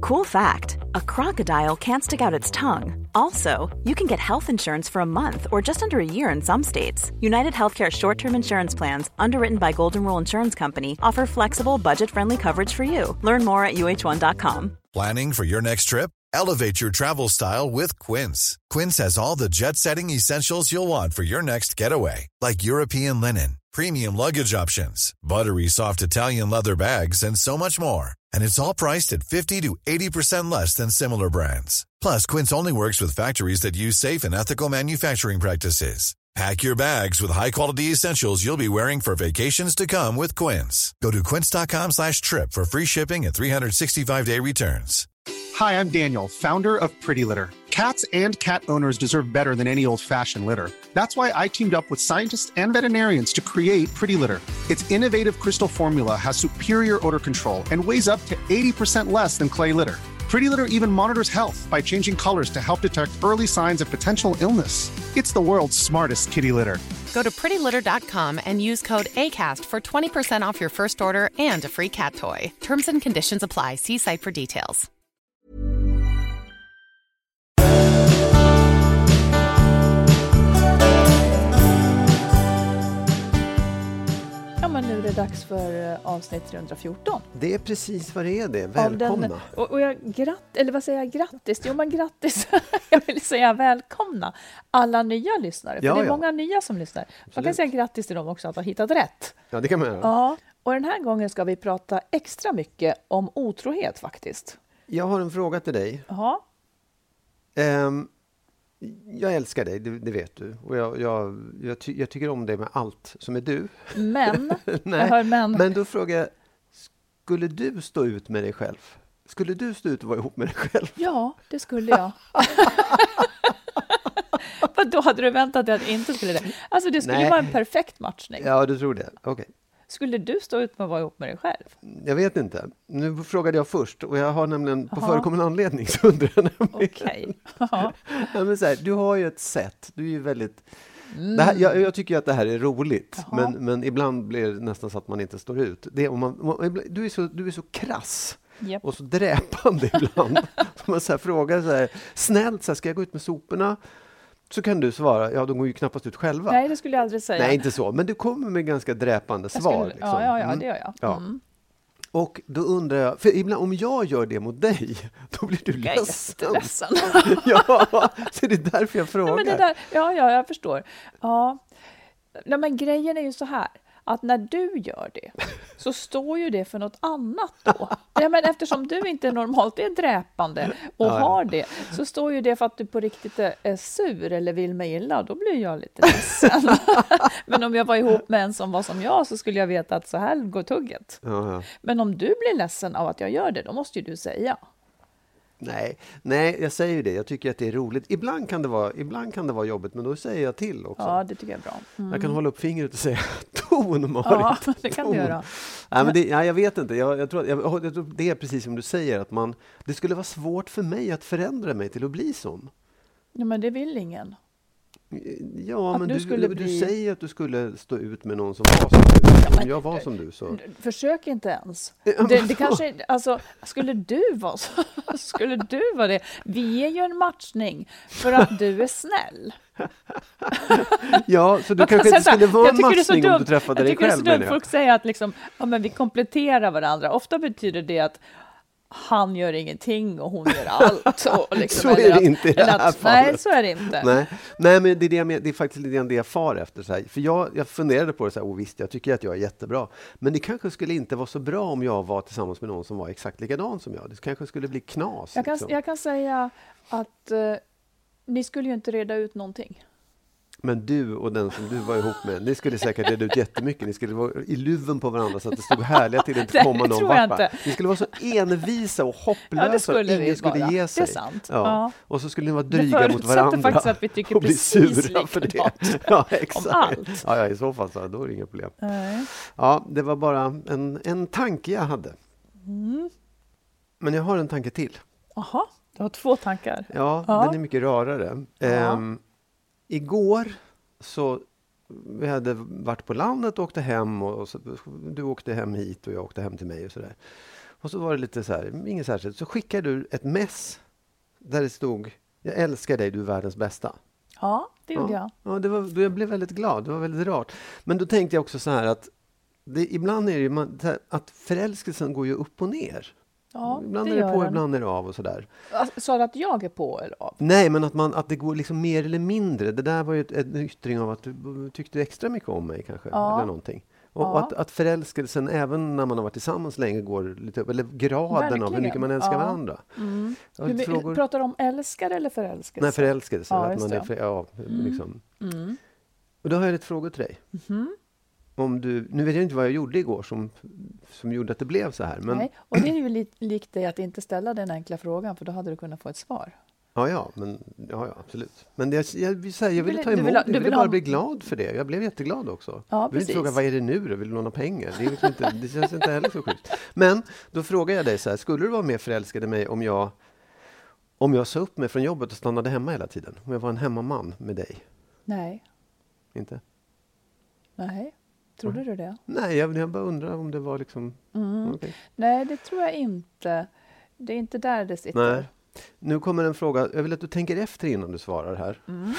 Cool fact, a crocodile can't stick out its tongue. Also, you can get health insurance for a month or just under a year in some states. United Healthcare short-term insurance plans, underwritten by Golden Rule Insurance Company, offer flexible, budget-friendly coverage for you. Learn more at uh1.com. Planning for your next trip? Elevate your travel style with Quince. Quince has all the jet-setting essentials you'll want for your next getaway, like European linen, premium luggage options, buttery soft Italian leather bags, and so much more. And it's all priced at 50 to 80% less than similar brands. Plus, Quince only works with factories that use safe and ethical manufacturing practices. Pack your bags with high-quality essentials you'll be wearing for vacations to come with Quince. Go to quince.com/trip for free shipping and 365-day returns. Hi, I'm Daniel, founder of Pretty Litter. Cats and cat owners deserve better than any old-fashioned litter. That's why I teamed up with scientists and veterinarians to create Pretty Litter. Its innovative crystal formula has superior odor control and weighs up to 80% less than clay litter. Pretty Litter even monitors health by changing colors to help detect early signs of potential illness. It's the world's smartest kitty litter. Go to prettylitter.com and use code ACAST for 20% off your first order and a free cat toy. Terms and conditions apply. See site for details. Ja, men nu är det dags för avsnitt 314. Det är precis vad det är det. Välkomna. Och jag grattis. Jo, men grattis. Jag vill säga välkomna alla nya lyssnare. För det är många nya som lyssnar. Absolut. Man kan säga grattis till dem också att ha hittat rätt. Ja, det kan man göra. Ja, och den här gången ska vi prata extra mycket om otrohet faktiskt. Jag har en fråga till dig. Jaha. Jag älskar dig, det vet du. Och jag tycker om dig med allt som är du. Men, Nej, jag hör men. Men då frågar jag, skulle du stå ut med dig själv? Skulle du stå ut och vara ihop med dig själv? Ja, det skulle jag. Då hade du väntat dig att inte skulle det. Alltså det skulle vara en perfekt matchning. Ja, du tror det. Okej. Skulle du stå ut med att vara ihop med dig själv? Jag vet inte. Nu frågade jag först och jag har nämligen på förekommande anledning så undrar jag Okej. Men så här, du har ju ett sätt. Du är ju väldigt... Det här, jag tycker att det här är roligt. Men ibland blir det nästan så att man inte står ut. Det är du är så krass. Yep. Och så dräpande ibland. Så man så här frågar så här, snällt, så här, ska jag gå ut med soporna? Så kan du svara, ja, de går ju knappast ut själva. Nej, det skulle jag aldrig säga. Nej, inte så. Men du kommer med ganska dräpande svar. Liksom. Ja, det gör jag. Ja. Och då undrar jag, för ibland om jag gör det mot dig, då blir du ledsen. Jag är jätteledsen. Ja, så det är därför jag frågar. Nej, men jag förstår. Ja. Nej, men grejen är ju så här. Att när du gör det så står ju det för något annat då. Ja, men eftersom du inte normalt är dräpande och har det, så står ju det för att du på riktigt är sur eller vill mig illa. Då blir jag lite ledsen. Men om jag var ihop med en som var som jag, så skulle jag veta att så här går tugget. Ja. Men om du blir ledsen av att jag gör det, då måste ju du säga. Nej, jag säger ju det. Jag tycker att det är roligt. Ibland kan det vara jobbigt, men då säger jag till också. Ja, det tycker jag är bra. Jag kan hålla upp fingret och säga ton, Marit. Ja, det kan du göra. Nej, men jag vet inte. Jag tror det är precis som du säger, att det skulle vara svårt för mig att förändra mig till att bli sån. Ja, men det vill ingen. Ja, att men du säger att du skulle stå ut med någon som var som du. Om jag var som du, så... Försök inte ens. Det kanske, alltså, skulle du vara det? Vi är ju en matchning för att du är snäll. Ja, så du kanske inte skulle vara en matchning om du träffade dig själv. Jag tycker det är så dumt. Folk säger att liksom, men vi kompletterar varandra. Ofta betyder det att han gör ingenting och hon gör allt. Och liksom, så är det inte i det här fallet. Nej, så är det inte. Nej, men det är faktiskt lite grann det jag far efter. Så här. För jag funderade på det så här, visst, jag tycker att jag är jättebra. Men det kanske skulle inte vara så bra om jag var tillsammans med någon som var exakt likadan som jag. Det kanske skulle bli knas. Jag kan säga att ni skulle ju inte reda ut någonting. Men du och den som du var ihop med, ni skulle säkert reda ut jättemycket. Ni skulle vara i luven på varandra så att det stod härliga till att inte komma någon vart. Ni skulle vara så envisa och hopplösa att ingen skulle ge sig. Det är sant. Ja. Och så skulle ni vara dryga mot varandra. Faktiskt att vi tycker och bli sura för det. Ja, exakt. Om allt. Ja, i så fall så då är det inga problem. Nej. Ja, det var bara en tanke jag hade. Men jag har en tanke till. Jaha, du har 2 tankar. Ja, den är mycket rarare. Igår så vi hade varit på landet och åkte hem och du åkte hem hit och jag åkte hem till mig och sådär. Och så var det lite så här, inget särskilt. Så skickade du ett mess där det stod, jag älskar dig, du är världens bästa. Ja, det gjorde jag. Ja, jag blev väldigt glad. Det var väldigt rart. Men då tänkte jag också så här att ibland är det ju att förälskelsen går ju upp och ner. Ja, ibland är det på, ibland är det av och sådär. Sa du att jag är på eller av? Nej, men att det går liksom mer eller mindre. Det där var ju en yttring av att du tyckte extra mycket om mig kanske. Ja. Eller någonting. Och att förälskelsen, även när man har varit tillsammans länge, går lite upp. Eller graden verkligen av hur mycket man älskar varandra. Mm. Pratar du om älskar eller förälskelse? Nej, förälskelse. Ja, att man är, liksom. Och då har jag lite frågor till dig. Om nu vet jag inte vad jag gjorde igår som gjorde att det blev så här. Men... Nej, och det är ju likt dig att inte ställa den enkla frågan, för då hade du kunnat få ett svar. Ja, absolut. Men jag ville ta emot det. Jag ville bara bli glad för det. Jag blev jätteglad också. Ja, jag vill inte fråga, vad är det nu då? Vill du låna pengar? Det känns inte heller så sjukt. Men då frågar jag dig så här, skulle du vara mer förälskad i mig om jag sa upp mig från jobbet och stannade hemma hela tiden? Om jag var en hemmaman med dig? Nej. Inte? Nej. Trodde du det? Nej, jag bara undrar om det var liksom... Okay. Nej, det tror jag inte. Det är inte där det sitter. Nej. Nu kommer en fråga. Jag vill att du tänker efter innan du svarar här.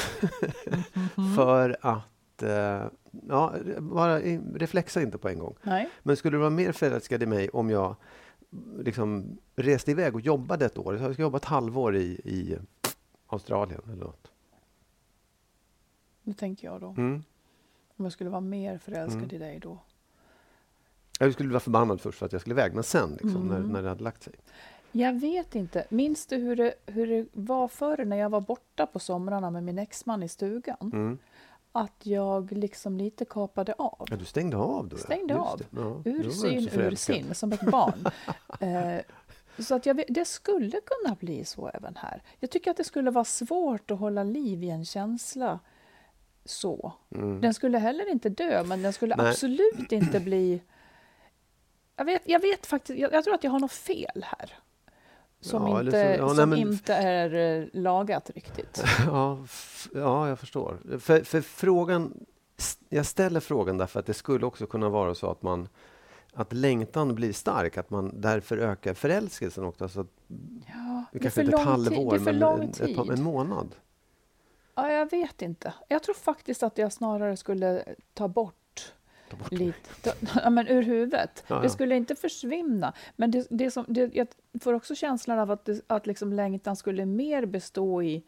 För att... bara reflexa inte på en gång. Nej. Men skulle du vara mer förälskad i mig om jag liksom reste iväg och jobbade ett år? Jag ska jobba ett halvår i Australien eller något. Det tänker jag då. Om jag skulle vara mer förälskad i dig då. Jag skulle vara förbannad först för att jag skulle iväg. Men sen, liksom, när det hade lagt sig. Jag vet inte. Minns du hur det var förr när jag var borta på somrarna med min exman i stugan? Att jag liksom lite kapade av. Ja, du stängde av då? Stängde av. Ja, ur syn, ur sin, som ett barn. Så att det skulle kunna bli så även här. Jag tycker att det skulle vara svårt att hålla liv i en känsla så. Den skulle heller inte dö, men den skulle absolut inte bli... Jag vet faktiskt, jag tror att jag har något fel här. Som inte är lagat riktigt. Ja, jag förstår. För frågan, jag ställer frågan därför att det skulle också kunna vara så att längtan blir stark, att man därför ökar förälskelsen också. Alltså, det kanske inte ett halvår, men en månad. Ja, jag vet inte. Jag tror faktiskt att jag snarare skulle ta bort lite, men ur huvudet. Ja. Det skulle inte försvinna. Men jag får också känslan av att liksom längtan skulle mer bestå i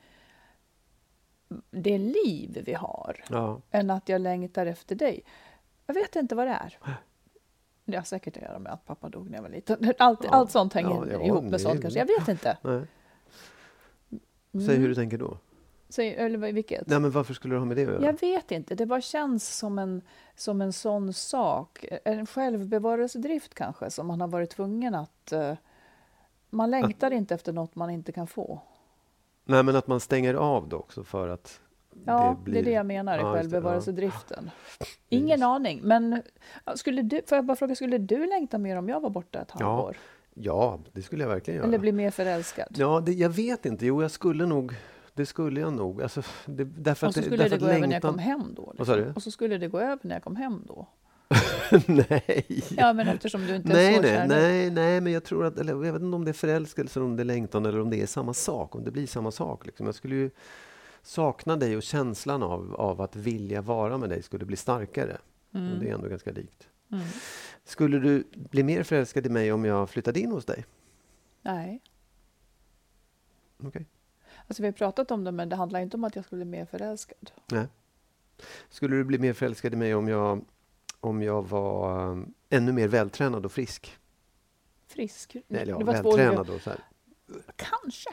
det liv vi har. Ja. Än att jag längtar efter dig. Jag vet inte vad det är. Det har säkert att göra med att pappa dog när jag var liten. Allt sånt hänger ihop med sånt kanske. Jag vet inte. Nej. Säg hur du tänker då. Eller vilket? Nej, men varför skulle du ha med det att göra? Jag vet inte. Det bara känns som en sån sak. En självbevarelsedrift kanske, som man har varit tvungen att... man längtar inte efter något man inte kan få. Nej, men att man stänger av då också för att... det är det jag menar i självbevarelsedriften. Ingen aning. Men får jag bara fråga, skulle du längta mer om jag var borta ett halvår? Ja, det skulle jag verkligen göra. Eller bli mer förälskad? Ja, jag vet inte. Jo, jag skulle nog... Det skulle jag nog. Alltså, och så skulle det gå över när jag kom hem då? Liksom. Och så skulle det gå över när jag kom hem då? Nej. Ja, men eftersom du inte är så kär. Nej, men jag tror att... Eller, jag vet inte om det är förälskelse, om det är längtan eller om det är samma sak. Om det blir samma sak. Liksom. Jag skulle ju sakna dig och känslan av att vilja vara med dig skulle bli starkare. Och det är ändå ganska likt. Skulle du bli mer förälskad i mig om jag flyttade in hos dig? Nej. Okej. Alltså vi har pratat om det, men det handlar inte om att jag skulle bli mer förälskad. Nej. Skulle du bli mer förälskad i mig om jag var ännu mer vältränad och frisk? Frisk? Nej, eller vältränad och så här. Kanske.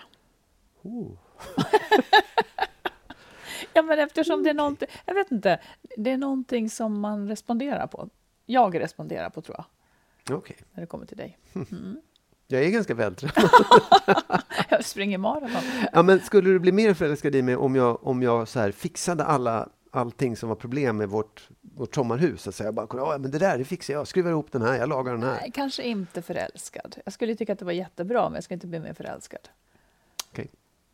Ja, men eftersom det är någonting, jag vet inte, det är någonting som man responderar på. Jag responderar på, tror jag. Okej. När det kommer till dig. Jag är ganska vältränad. Jag springer maraton. Ja, men skulle du bli mer förälskad i mig om jag så här fixade allting som var problem med vårt sommarhus? Alltså jag bara, men det fixar jag. Skruvar ihop den här, jag lagar den här. Nej, kanske inte förälskad. Jag skulle tycka att det var jättebra, men jag ska inte bli mer förälskad. Okej.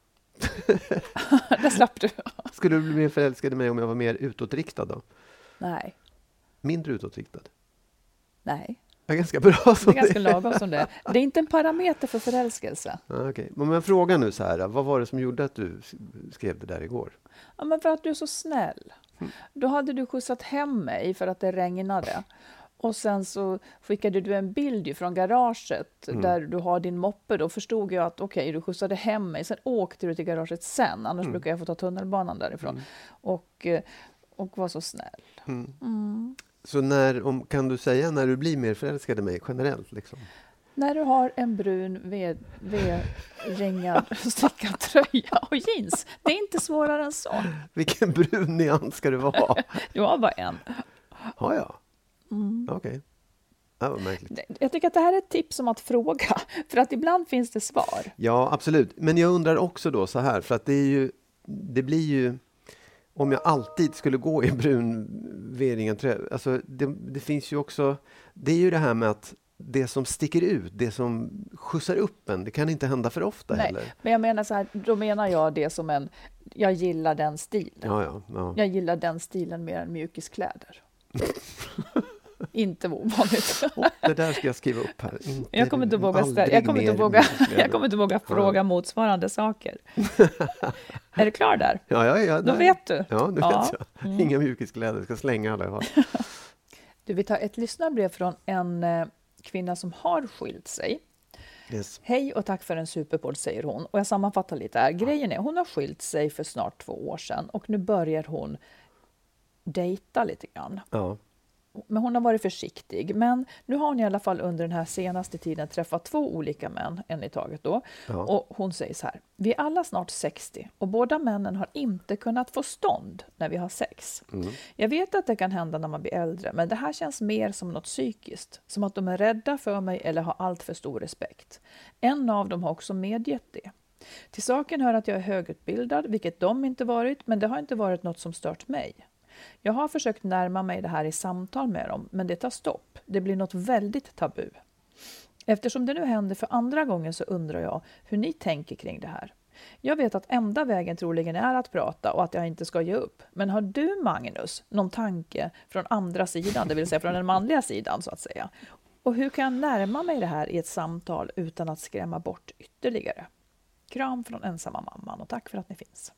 Där slapp du. Skulle du bli mer förälskad i mig om jag var mer utåtriktad då? Nej. Mindre utåtriktad? Nej. Ja, ganska bra som det är ganska lagom som det. Det är inte en parameter för förälskelse. Ja, okay. Men fråga nu så här, vad var det som gjorde att du skrev det där igår? Ja, men för att du är så snäll. Då hade du skjutsat hem mig för att det regnade. Och sen så skickade du en bild från garaget där du har din moppe. Då förstod jag att okej, du skjutsade hem mig. Sen åkte du till garaget sen. Annars brukar jag få ta tunnelbanan därifrån. Och var så snäll. Så kan du säga när du blir mer förälskad i mig generellt? Liksom? När du har en brun V-ringad stickad tröja och jeans. Det är inte svårare än så. Vilken brun nyans ska det vara? Du har bara en. Har jag? Okej. Det var märkligt. Jag tycker att det här är ett tips om att fråga. För att ibland finns det svar. Ja, absolut. Men jag undrar också då så här. För att det blir ju... Om jag alltid skulle gå i en brun V-ringad tröja. Alltså det finns ju också... Det är ju det här med att det som sticker ut, det som skjutsar upp en, det kan inte hända för ofta heller. Men jag menar så här, då menar jag det som jag gillar den stilen. Ja. Jag gillar den stilen mer än mjukiskläder. Inte ovanligt. Det där ska jag skriva upp här. Jag kommer inte våga fråga motsvarande saker. Är du klar där? Ja. Då vet du. Ja, nu vet jag. Inga mjukiskläder, ska slänga alla jag har. Du, vi tar ett lyssnarbrev från en kvinna som har skilt sig. Yes. Hej och tack för en superpodd, säger hon. Och jag sammanfattar lite här. Grejen är, hon har skilt sig för snart 2 år sedan. Och nu börjar hon dejta lite grann. Ja. Men hon har varit försiktig. Men nu har hon i alla fall under den här senaste tiden träffat 2 olika män, en i taget då. Ja. Och hon säger så här: vi är alla snart 60 och båda männen har inte kunnat få stånd när vi har sex. Jag vet att det kan hända när man blir äldre, men det här känns mer som något psykiskt. Som att de är rädda för mig eller har allt för stor respekt. En av dem har också medgett det. Till saken hör att jag är högutbildad, vilket de inte varit, men det har inte varit något som stört mig. Jag har försökt närma mig det här i samtal med dem, men det tar stopp. Det blir något väldigt tabu. Eftersom det nu händer för andra gången så undrar jag hur ni tänker kring det här. Jag vet att enda vägen troligen är att prata och att jag inte ska ge upp. Men har du, Magnus, någon tanke från andra sidan, det vill säga från den manliga sidan så att säga? Och hur kan jag närma mig det här i ett samtal utan att skrämma bort ytterligare? Kram från ensamma mamman och tack för att ni finns.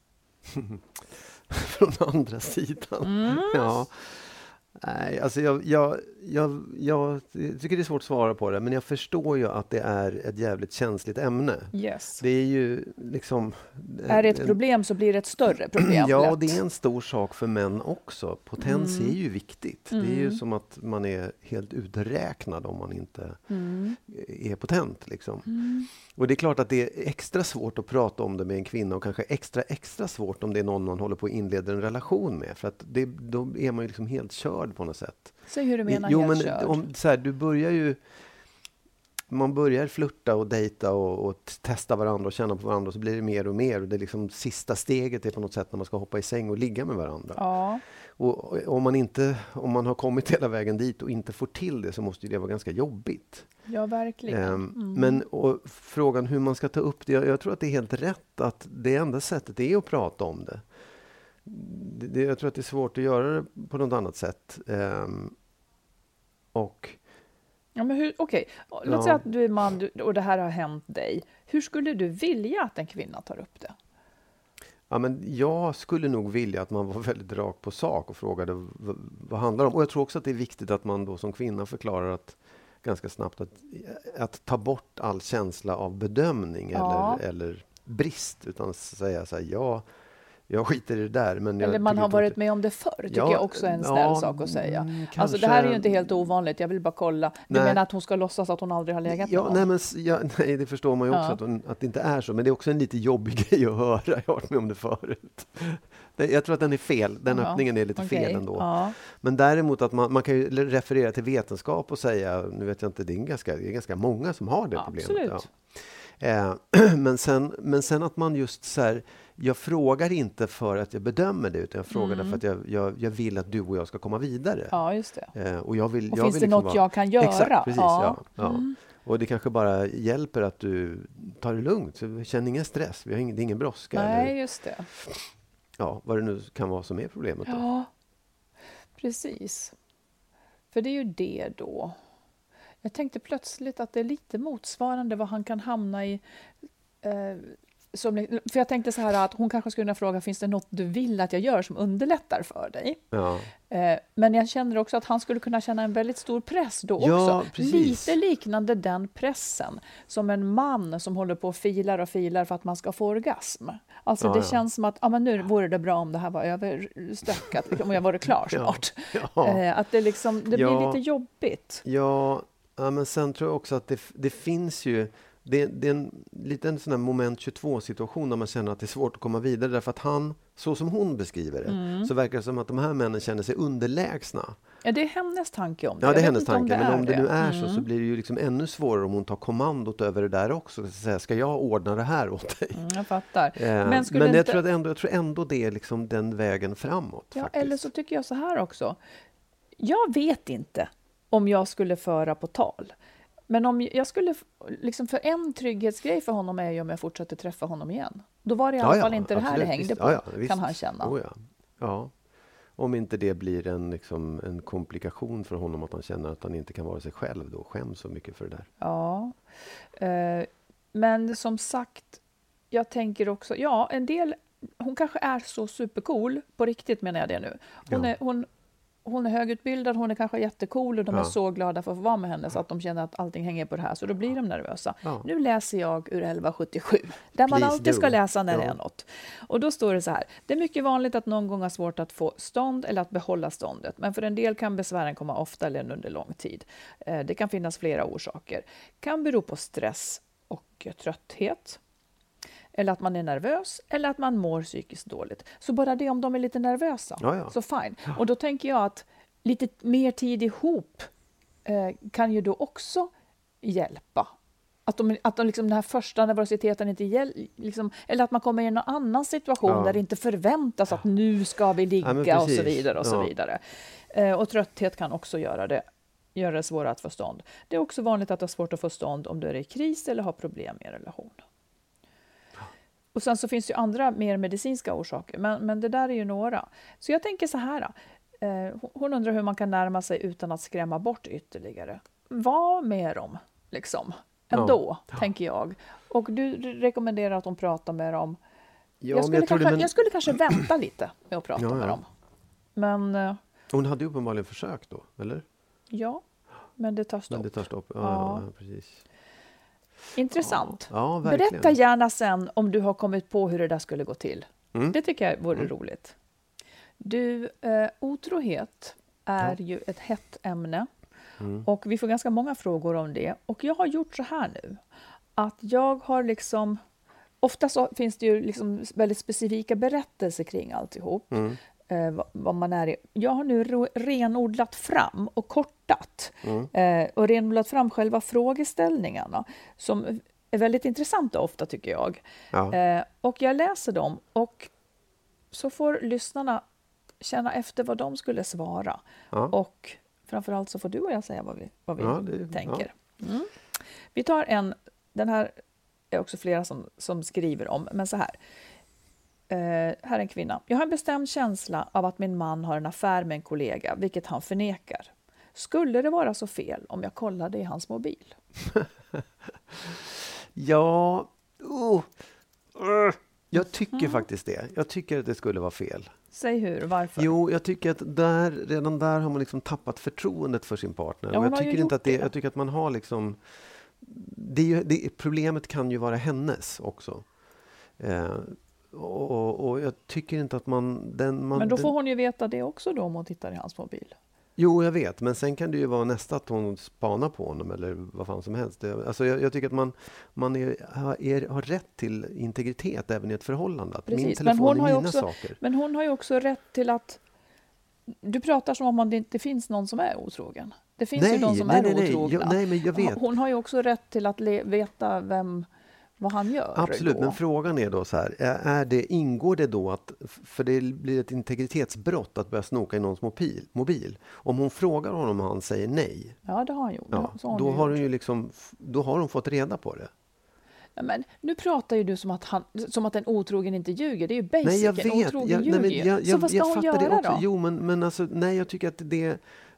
Från andra sidan. Ja. Nej, alltså jag tycker det är svårt att svara på det, men jag förstår ju att det är ett jävligt känsligt ämne. Yes. Det är ju liksom... Är det ett problem så blir det ett större problem. Ja, lätt. det är en stor sak för män också. Potens är ju viktigt. Det är ju som att man är helt uträknad om man inte är potent. Liksom. Och det är klart att det är extra svårt att prata om det med en kvinna och kanske extra svårt om det är någon man håller på att inleda en relation med. För att då är man ju liksom helt körd på något sätt. Säg hur du menar helt körd. Du börjar ju... Man börjar flirta och dejta och testa varandra och känna på varandra, så blir det mer och mer. Och det är liksom sista steget är på något sätt när man ska hoppa i säng och ligga med varandra. Ja. Och om man har kommit hela vägen dit och inte får till det, så måste det vara ganska jobbigt. Ja, verkligen. Men frågan hur man ska ta upp det, jag tror att det är helt rätt att det enda sättet är att prata om det. Jag tror att det är svårt att göra det på något annat sätt. Ja, men okej. Låt säga att du är man och det här har hänt dig. Hur skulle du vilja att en kvinna tar upp det? Ja, men jag skulle nog vilja att man var väldigt rak på sak och frågade vad handlar det om. Och jag tror också att det är viktigt att man då som kvinna förklarar att ganska snabbt att ta bort all känsla av bedömning eller brist, utan säga så här, jag skiter i det där. Men eller man har varit med om det förr, tycker jag också är en snäll sak att säga. Kanske, alltså det här är ju inte helt ovanligt, jag vill bara kolla. Du menar att hon ska låtsas att hon aldrig har legat med någon? Nej, det förstår man ju också att det inte är så. Men det är också en lite jobbig grej att höra. Jag har varit med om det förut. Jag tror att den är fel. Den öppningen är lite fel ändå. Ja. Men däremot att man kan ju referera till vetenskap och säga, nu vet jag inte, det är ganska många som har det problemet. Absolut. Ja. Men sen att man just så här, jag frågar inte för att jag bedömer det, utan jag frågar därför att jag vill att du och jag ska komma vidare. Ja, just det. Och jag vill finns det liksom något jag kan göra? Exakt, precis. Ja. Och det kanske bara hjälper att du tar det lugnt. Så känner ingen stress, det är ingen brådska. Nej, just det. Ja, vad det nu kan vara som är problemet då. Ja, precis. För det är ju det då. Jag tänkte plötsligt att det är lite motsvarande vad han kan hamna i. För jag tänkte så här att hon kanske skulle kunna fråga, finns det något du vill att jag gör som underlättar för dig? Ja. Men jag känner också att han skulle kunna känna en väldigt stor press då också. Precis. Lite liknande den pressen som en man som håller på och filar för att man ska få orgasm. Alltså det känns som att men nu vore det bra om det här var överstökat, om jag vore klar snart. Att det blir lite jobbigt. Ja, men sen tror jag också att det finns ju... Det är en liten sån här moment 22-situation där man känner att det är svårt att komma vidare. Därför att han, så som hon beskriver det, så verkar det som att de här männen känner sig underlägsna. Ja, det är hennes tanke om det. Ja, det är hennes tanke. Men om det nu är så blir det ju liksom ännu svårare om hon tar kommandot över det där också. Så ska jag ordna det här åt dig? Jag fattar. Men jag tror ändå det är liksom den vägen framåt. Ja, faktiskt. eller så tycker jag så här också. Jag vet inte om jag skulle föra på tal. Men om jag skulle, liksom för en trygghetsgrej för honom är ju om jag fortsätter träffa honom igen. Då var det i alla fall inte absolut, det här det hängde på, kan han känna. Ja. Om inte det blir en komplikation för honom att han känner att han inte kan vara sig själv då, skäms så mycket för det där. Ja, men som sagt, jag tänker också, en del, hon kanske är så supercool, på riktigt menar jag det nu. Hon är högutbildad, hon är kanske jättecool och de är så glada för att få vara med henne så att de känner att allting hänger på det här. Så då blir de nervösa. Ja. Nu läser jag ur 1177, där man alltid ska läsa när det är något. Och då står det så här. Det är mycket vanligt att någon gång har svårt att få stånd eller att behålla ståndet. Men för en del kan besvären komma ofta eller under lång tid. Det kan finnas flera orsaker. Kan bero på stress och trötthet. Eller att man är nervös, eller att man mår psykiskt dåligt. Så bara det om de är lite nervösa, så fine. Och då tänker jag att lite mer tid ihop kan ju då också hjälpa. Att de liksom, den här första nervositeten inte liksom, eller att man kommer i en annan situation där det inte förväntas att nu ska vi ligga och så vidare och så vidare. Och trötthet kan också göra det svårare att få stånd. Det är också vanligt att det är svårt att få stånd om du är i kris eller har problem i en relation. Och sen så finns det ju andra mer medicinska orsaker. Men det där är ju några. Så jag tänker så här. Hon undrar hur man kan närma sig utan att skrämma bort ytterligare. Var med dem, liksom. Ändå, tänker jag. Och du rekommenderar att hon pratar med dem. Ja, jag skulle kanske vänta lite med att prata med dem. Men... Hon hade ju uppenbarligen försökt då, eller? Ja, men det tar stopp. Ja, precis. Intressant. Ja, berätta gärna sen om du har kommit på hur det där skulle gå till. Det tycker jag vore roligt. Otrohet är ju ett hett ämne. Och vi får ganska många frågor om det. Och jag har gjort så här nu. Att jag har liksom... Ofta så finns det ju liksom väldigt specifika berättelser kring alltihop. Vad man är i. Jag har nu renodlat fram och kortat och renodlat fram själva frågeställningarna som är väldigt intressanta ofta, tycker jag. Och jag läser dem och så får lyssnarna känna efter vad de skulle svara. Och framförallt så får du och jag säga vad vi tänker. Vi tar den här är också flera som skriver om, men så här. Här är en kvinna. Jag har en bestämd känsla av att min man har en affär med en kollega, vilket han förnekar. Skulle det vara så fel om jag kollade i hans mobil? Jag tycker faktiskt det. Jag tycker att det skulle vara fel. Säg hur, varför? Jo, jag tycker att redan där har man liksom tappat förtroendet för sin partner. Ja, jag tycker inte att jag tycker att man har liksom... problemet kan ju vara hennes också. Och jag tycker inte att men då får hon ju veta det också då om hon tittar i hans mobil. Jo, jag vet. Men sen kan det ju vara nästa att hon spanar på honom eller vad fan som helst. Alltså jag tycker att man har rätt till integritet även i ett förhållande. Att min telefon är mina saker. Men hon har ju också rätt till att... Du pratar som om det inte finns någon som är otrogen. Det finns ju de som är otrogna. Nej, men jag vet. Hon har ju också rätt till att veta vad han gör. Absolut, men frågan är då så här, ingår det då att, för det blir ett integritetsbrott att börja snoka i någons mobil. Om hon frågar honom och han säger nej. Ja, det har han gjort. Då har hon fått reda på det. Men nu pratar ju du som att en otrogen inte ljuger. Det är ju basic. Nej, jag vet. En otrogen ljuger. Så vad ska hon göra då? Jo, men alltså, nej, jag tycker att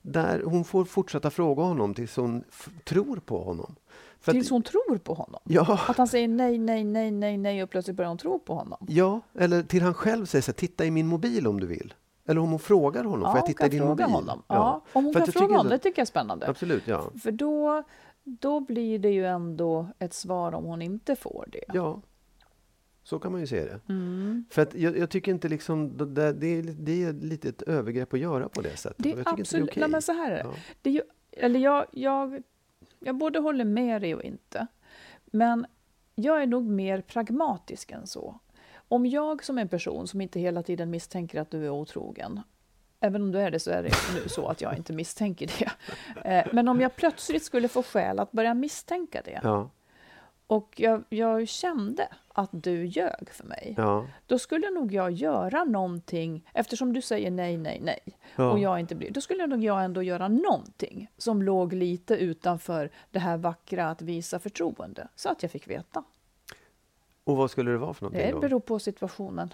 där hon får fortsätta fråga honom tills hon tror på honom. Tills hon tror på honom? Ja. Att han säger nej och plötsligt börjar hon tro på honom? Ja, eller till han själv säger så här, titta i min mobil om du vill. Eller om hon frågar honom, får jag titta i din mobil? Honom. Ja. Om hon kan fråga honom, det tycker jag är spännande. Absolut, ja. För då blir det ju ändå ett svar om hon inte får det. Ja, så kan man ju se det. För att jag tycker inte liksom, det är lite ett övergrepp att göra på det sättet. Det är absolut, inte det är okej. Nej, men så här är det. Ja. Det är ju, eller jag både håller med dig och inte. Men jag är nog mer pragmatisk än så. Om jag som en person som inte hela tiden misstänker att du är otrogen, även om du är det så är det nu så att jag inte misstänker det. Men om jag plötsligt skulle få skäl att börja misstänka det. Ja. Och jag kände att du ljög för mig. Ja. Då skulle nog jag göra någonting, eftersom du säger nej. Ja. Och jag inte blir. Då skulle nog jag ändå göra någonting som låg lite utanför det här vackra att visa förtroende. Så att jag fick veta. Och vad skulle det vara för någonting då? Det beror på situationen.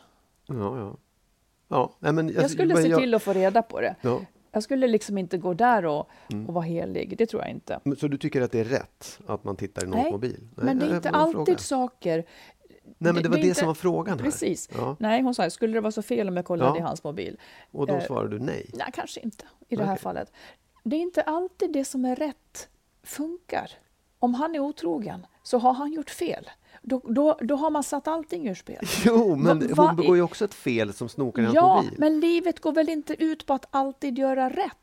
Ja, men jag skulle se till att få reda på det. Ja. Jag skulle liksom inte gå där och vara helig. Det tror jag inte. Så du tycker att det är rätt att man tittar i någons mobil? Nej, men det är inte alltid saker... Nej, men det var det som var frågan här. Precis. Ja. Nej, hon sa, skulle det vara så fel om jag kollade i hans mobil? Och då svarade du nej? Nej, kanske inte i det här fallet. Det är inte alltid det som är rätt funkar. Om han är otrogen så har han gjort fel. Då har man satt allting ur spel. Jo, men hon begår ju också ett fel som snokar i hans mobil. Ja, men livet går väl inte ut på att alltid göra rätt.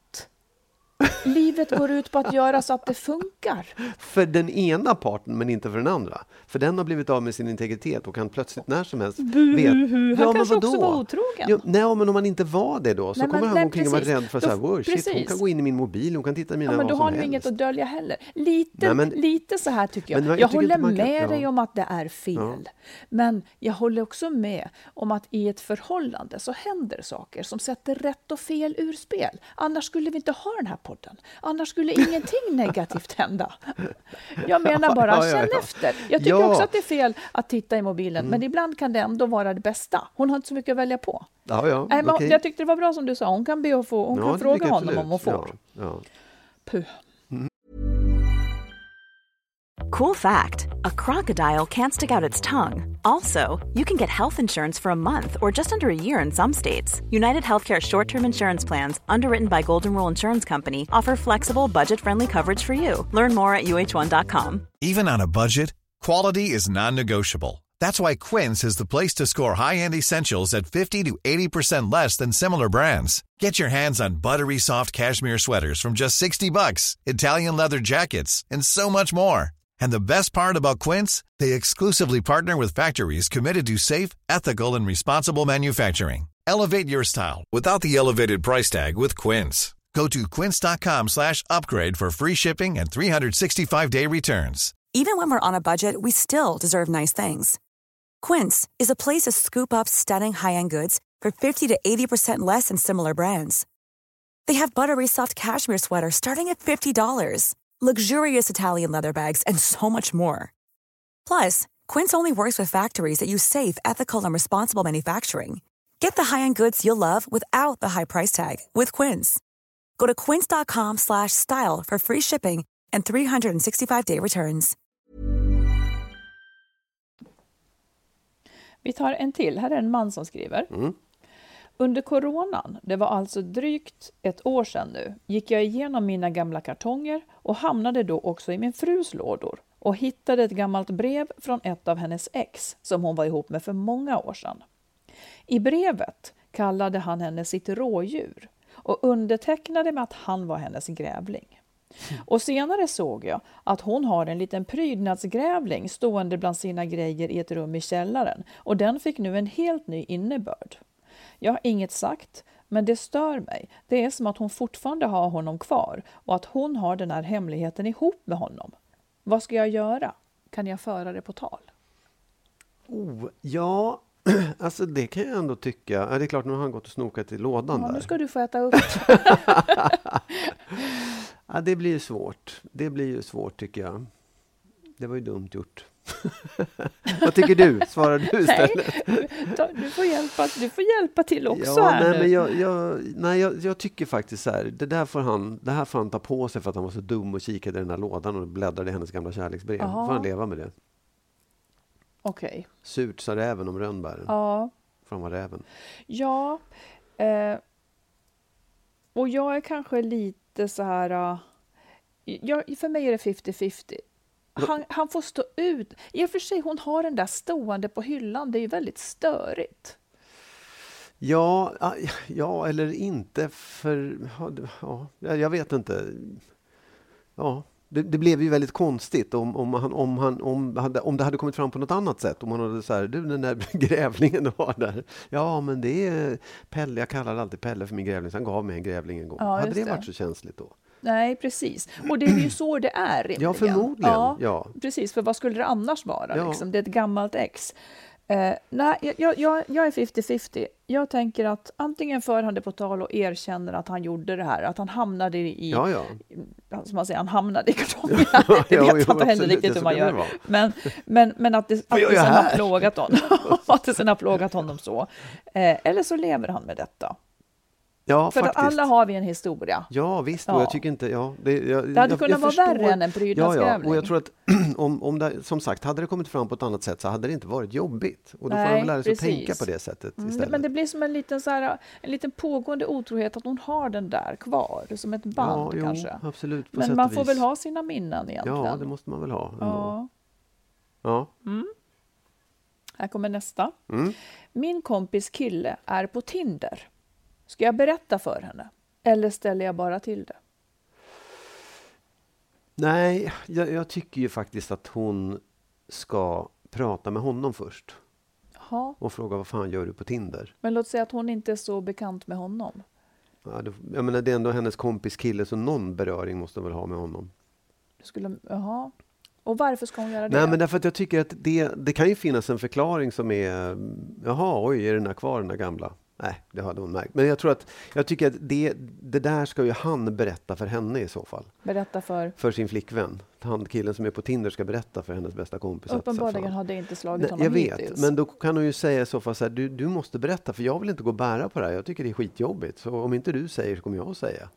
Livet går ut på att göra så att det funkar. För den ena parten, men inte för den andra. För den har blivit av med sin integritet och kan plötsligt när som helst veta. Han kanske också var otrogen. Nej, men om man inte var det då så kommer han omkring och vara rädd för så här, wow, shit, hon kan gå in i min mobil, hon kan titta i mina men då har ni inget att dölja heller. Lite så här tycker jag. Jag håller med dig om att det är fel. Ja. Men jag håller också med om att i ett förhållande så händer saker som sätter rätt och fel ur spel. Annars skulle vi inte ha den här podden. Annars skulle ingenting negativt hända. Jag menar bara, känn efter. Jag tycker också att det är fel att titta i mobilen. Men ibland kan det ändå vara det bästa. Hon har inte så mycket att välja på. Okay. Jag tyckte det var bra som du sa. Hon kan kan fråga honom om hon får. Puh. Cool fact, a crocodile can't stick out its tongue. Also, you can get health insurance for a month or just under a year in some states. United Healthcare short-term insurance plans, underwritten by Golden Rule Insurance Company, offer flexible, budget-friendly coverage for you. Learn more at uh1.com. Even on a budget, quality is non-negotiable. That's why Quince is the place to score high-end essentials at 50 to 80% less than similar brands. Get your hands on buttery soft cashmere sweaters from just $60, Italian leather jackets, and so much more. And the best part about Quince, they exclusively partner with factories committed to safe, ethical, and responsible manufacturing. Elevate your style without the elevated price tag with Quince. Go to quince.com/upgrade for free shipping and 365-day returns. Even when we're on a budget, we still deserve nice things. Quince is a place to scoop up stunning high-end goods for 50 to 80% less than similar brands. They have buttery soft cashmere sweaters starting at $50, luxurious Italian leather bags, and so much more. Plus, Quince only works with factories that use safe, ethical, and responsible manufacturing. Get the high-end goods you'll love without the high price tag with Quince. Go to quince.com/style for free shipping and 365-day returns. Vi tar en till. Här är en man som skriver. Under coronan, det var alltså drygt ett år sedan nu, gick jag igenom mina gamla kartonger och hamnade då också i min frus lådor och hittade ett gammalt brev från ett av hennes ex som hon var ihop med för många år sedan. I brevet kallade han henne sitt rådjur och undertecknade med att han var hennes grävling. Och senare såg jag att hon har en liten prydnadsgrävling stående bland sina grejer i ett rum i källaren och den fick nu en helt ny innebörd. Jag har inget sagt, men det stör mig. Det är som att hon fortfarande har honom kvar och att hon har den här hemligheten ihop med honom. Vad ska jag göra? Kan jag föra det på tal? Ja, alltså det kan jag ändå tycka. Ja, det är klart, nu har han gått och snokat i lådan där. Nu ska du få äta upp. Ja, det blir ju svårt. Det blir ju svårt tycker jag. Det var ju dumt gjort. Vad tycker du? Svarar du istället? Nej, du får hjälpa till också här nu. Jag tycker faktiskt så här, det här får han ta på sig för att han var så dum och kikade i den här lådan och bläddrade i hennes gamla kärleksbrev. Får han leva med det. Okej. Surt sa räven om rönnbären. Ja. För han var räven. Ja. Och jag är kanske lite så här... för mig är det 50-50. Han får stå ut. I och för sig, hon har den där stående på hyllan. Det är ju väldigt störigt. Ja, eller inte. Jag vet inte. Ja, det blev ju väldigt konstigt om det hade kommit fram på något annat sätt. Om man hade så här, den där grävlingen var där. Ja, men det är Pelle. Jag kallar alltid Pelle för min grävling. Så han gav mig en grävling en gång. Ja, hade det varit så känsligt då? Nej, precis. Och det är ju så det är rimligen. Ja, förmodligen. Ja. Precis, för vad skulle det annars vara? Ja. Liksom? Det är ett gammalt ex. Nej, jag är 50-50. Jag tänker att antingen för han det på tal och erkänner att han gjorde det här. Att han hamnade i... Som man säger, han hamnade i kartongen. Det vet jag inte heller riktigt hur man gör. Men att det sen har plågat honom. Att det sen har plågat honom så. Eller så lever han med detta. Ja, för faktiskt. Att alla har vi en historia. Ja, visst. Och jag tycker inte... Det hade kunnat vara värre än en prydnadsgrävling. Och jag tror att om det, som sagt, hade det kommit fram på ett annat sätt så hade det inte varit jobbigt. Och då får man lära sig att tänka på det sättet istället. Men det blir som en liten pågående otrohet att hon har den där kvar. Som ett band kanske. Absolut. Men man får väl ha sina minnen egentligen. Ja, det måste man väl ha. Ja. Här kommer nästa. Min kompis kille är på Tinder. Ska jag berätta för henne? Eller ställer jag bara till det? Nej, jag tycker ju faktiskt att hon ska prata med honom först. Jaha. Och fråga vad fan gör du på Tinder? Men låt säga att hon inte är så bekant med honom. Ja, jag menar, det är ändå hennes kompis kille, så någon beröring måste väl ha med honom. Jaha. Och varför ska hon göra det? Nej, men därför att jag tycker att det kan ju finnas en förklaring som är är den här kvar, den här gamla? Nej, det hade hon märkt. Men jag tycker att det där ska ju han berätta för henne i så fall. Berätta för sin flickvän. Han, killen som är på Tinder, ska berätta för hennes bästa kompis. Uppenbarligen har det inte slagit honom hittills. Jag vet, men då kan hon ju säga i så fall så här, du måste berätta, för jag vill inte gå och bära på det här. Jag tycker det är skitjobbigt. Så om inte du säger så kommer jag att säga.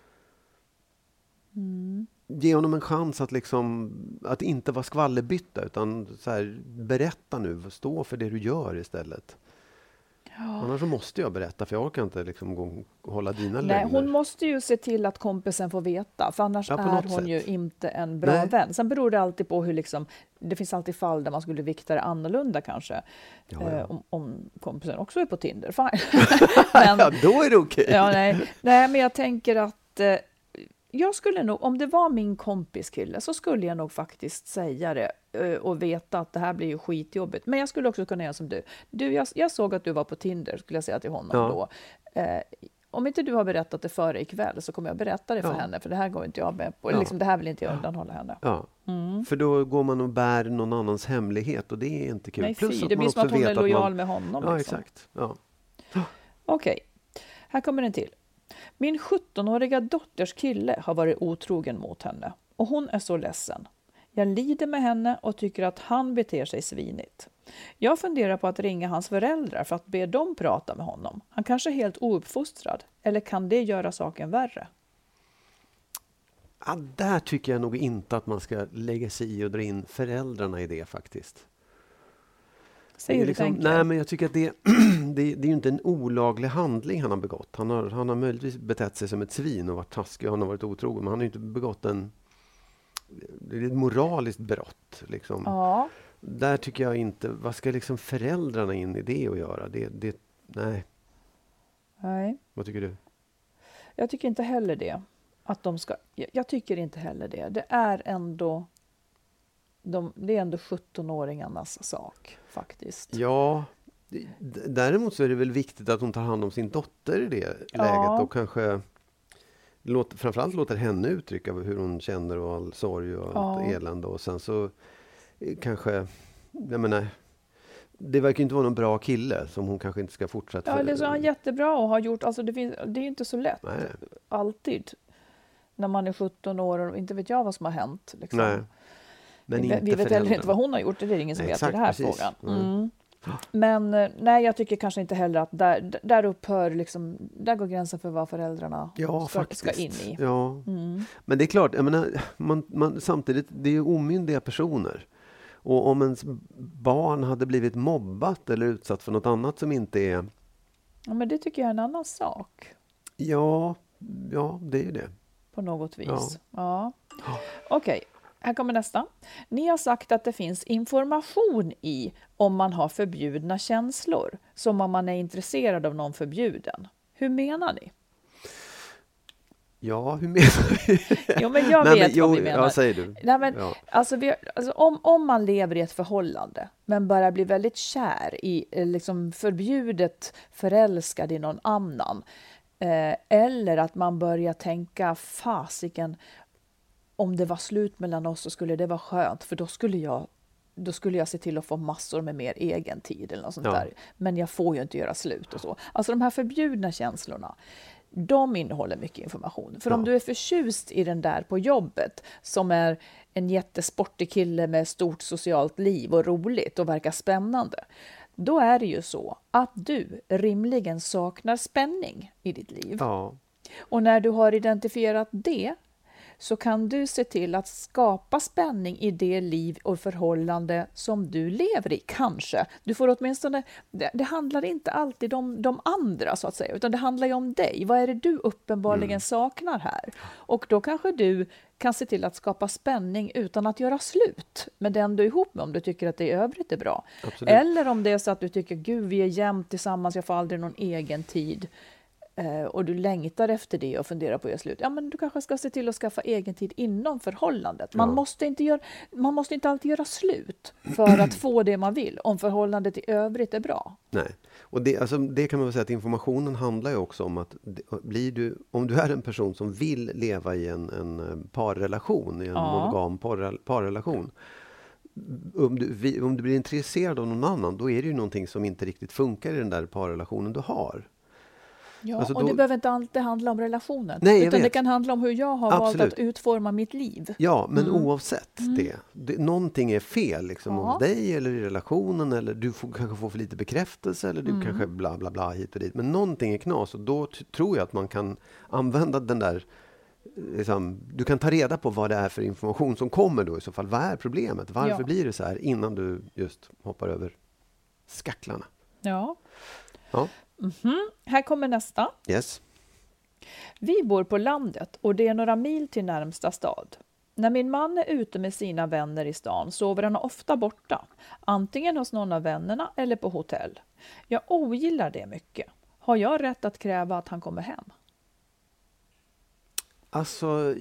Ge honom en chans att inte vara skvallerbytta, utan så här, berätta nu, stå för det du gör istället. Ja. Annars så måste jag berätta, för jag orkar inte gå och hålla dina lögner. Nej, hon måste ju se till att kompisen får veta, för annars är hon ju inte en bra vän. Sen beror det alltid på hur det finns alltid fall där man skulle vikta det annorlunda kanske. Om kompisen också är på Tinder, fine. Men, då är det okej. Nej, men jag tänker att jag skulle nog, om det var min kompis kille, så skulle jag nog faktiskt säga det och veta att det här blir ju skitjobbigt. Men jag skulle också kunna göra som du. Jag såg att du var på Tinder, skulle jag säga till honom då. Om inte du har berättat det före ikväll, så kommer jag berätta det för henne, för det här går inte jag med på. Det här vill inte jag undanhålla henne. Ja. För då går man och bär någon annans hemlighet, och det är inte kul. Nej, det blir som att hon är lojal med honom. Ja, exakt. Ja. Okej, här kommer en till. Min 17-åriga dotters kille har varit otrogen mot henne, och hon är så ledsen. Jag lider med henne och tycker att han beter sig svinigt. Jag funderar på att ringa hans föräldrar för att be dem prata med honom. Han kanske är helt ouppfostrad, eller kan det göra saken värre? Ja, där tycker jag nog inte att man ska lägga sig i och dra in föräldrarna i det faktiskt. Säger du tänker? Nej, men jag tycker att det är ju inte en olaglig handling han har begått. Han har möjligtvis betett sig som ett svin och varit taskig, och han har varit otrogen, men han har inte begått det är ett moraliskt brott. Liksom. Ja. Där tycker jag inte, vad ska föräldrarna in i det att göra? Nej. Nej. Vad tycker du? Jag tycker inte heller det. Jag tycker inte heller det. Det är ändå 17-åringarnas sak faktiskt. Ja, däremot så är det väl viktigt att hon tar hand om sin dotter i det läget, och kanske framförallt låter henne uttrycka hur hon känner och all sorg och allt elände, och sen så kanske, jag menar, det verkar inte vara någon bra kille som hon kanske inte ska fortsätta. Ja, det är så han jättebra och har gjort, alltså det är inte så lätt. Nej. Alltid när man är 17 år och inte vet jag vad som har hänt liksom. Nej. Men vi vet heller inte vad hon har gjort, det är ingen som vet i den här frågan. Men nej, jag tycker kanske inte heller att där upphör liksom, där går gränsen för vad föräldrarna ska in i. Ja. Men det är klart, jag menar, man samtidigt, det är ju omyndiga personer. Och om ens barn hade blivit mobbat eller utsatt för något annat som inte är... Ja, men det tycker jag är en annan sak. Ja, det är ju det. På något vis. Ja. Okej. Här kommer nästa. Ni har sagt att det finns information i om man har förbjudna känslor, som om man är intresserad av någon förbjuden. Hur menar ni? Ja, hur menar vi? Jo, men jag vet vad vi menar. Ja, säger du. Nej, men, alltså om man lever i ett förhållande men börjar bli väldigt kär i, liksom förbjudet förälskad i någon annan, eller att man börjar tänka, fasiken, om det var slut mellan oss så skulle det vara skönt, för då skulle jag se till att få massor med mer egen tid eller något sånt där. Men jag får ju inte göra slut och så. Alltså de här förbjudna känslorna, de innehåller mycket information. För om du är förtjust i den där på jobbet, som är en jättesportig kille med stort socialt liv och roligt och verkar spännande, då är det ju så att du rimligen saknar spänning i ditt liv. Ja. Och när du har identifierat det, så kan du se till att skapa spänning i det liv och förhållande som du lever i, kanske. Du får åtminstone, det handlar inte alltid om de andra så att säga, utan det handlar ju om dig. Vad är det du uppenbarligen saknar här? Och då kanske du kan se till att skapa spänning utan att göra slut med den du är ihop med, om du tycker att det i övrigt är bra. Absolut. Eller om det är så att du tycker, gud, vi är jämt tillsammans, jag får aldrig någon egen tid. Och du längtar efter det och funderar på att göra slut. Ja, men du kanske ska se till att skaffa egen tid inom förhållandet. Man måste inte alltid göra slut för att få det man vill, om förhållandet i övrigt är bra. Nej, och det kan man väl säga att informationen handlar ju också om att om du är en person som vill leva i en parrelation, i en monogam parrelation, om du blir intresserad av någon annan, då är det ju någonting som inte riktigt funkar i den där parrelationen du har. Ja, alltså och det behöver inte alltid handla om relationen. Nej, utan det kan handla om hur jag har valt att utforma mitt liv. Ja, men oavsett någonting är fel liksom, hos dig eller i relationen, eller du kanske får för lite bekräftelse, eller du kanske bla bla bla hit och dit. Men någonting är knas, och då tror jag att man kan använda den där, liksom, du kan ta reda på vad det är för information som kommer då i så fall. Vad är problemet? Varför blir det så här, innan du just hoppar över skacklarna? Ja. Här kommer nästa. Yes. Vi bor på landet och det är några mil till närmsta stad. När min man är ute med sina vänner i stan sover han ofta borta. Antingen hos någon av vännerna eller på hotell. Jag ogillar det mycket. Har jag rätt att kräva att han kommer hem? Alltså,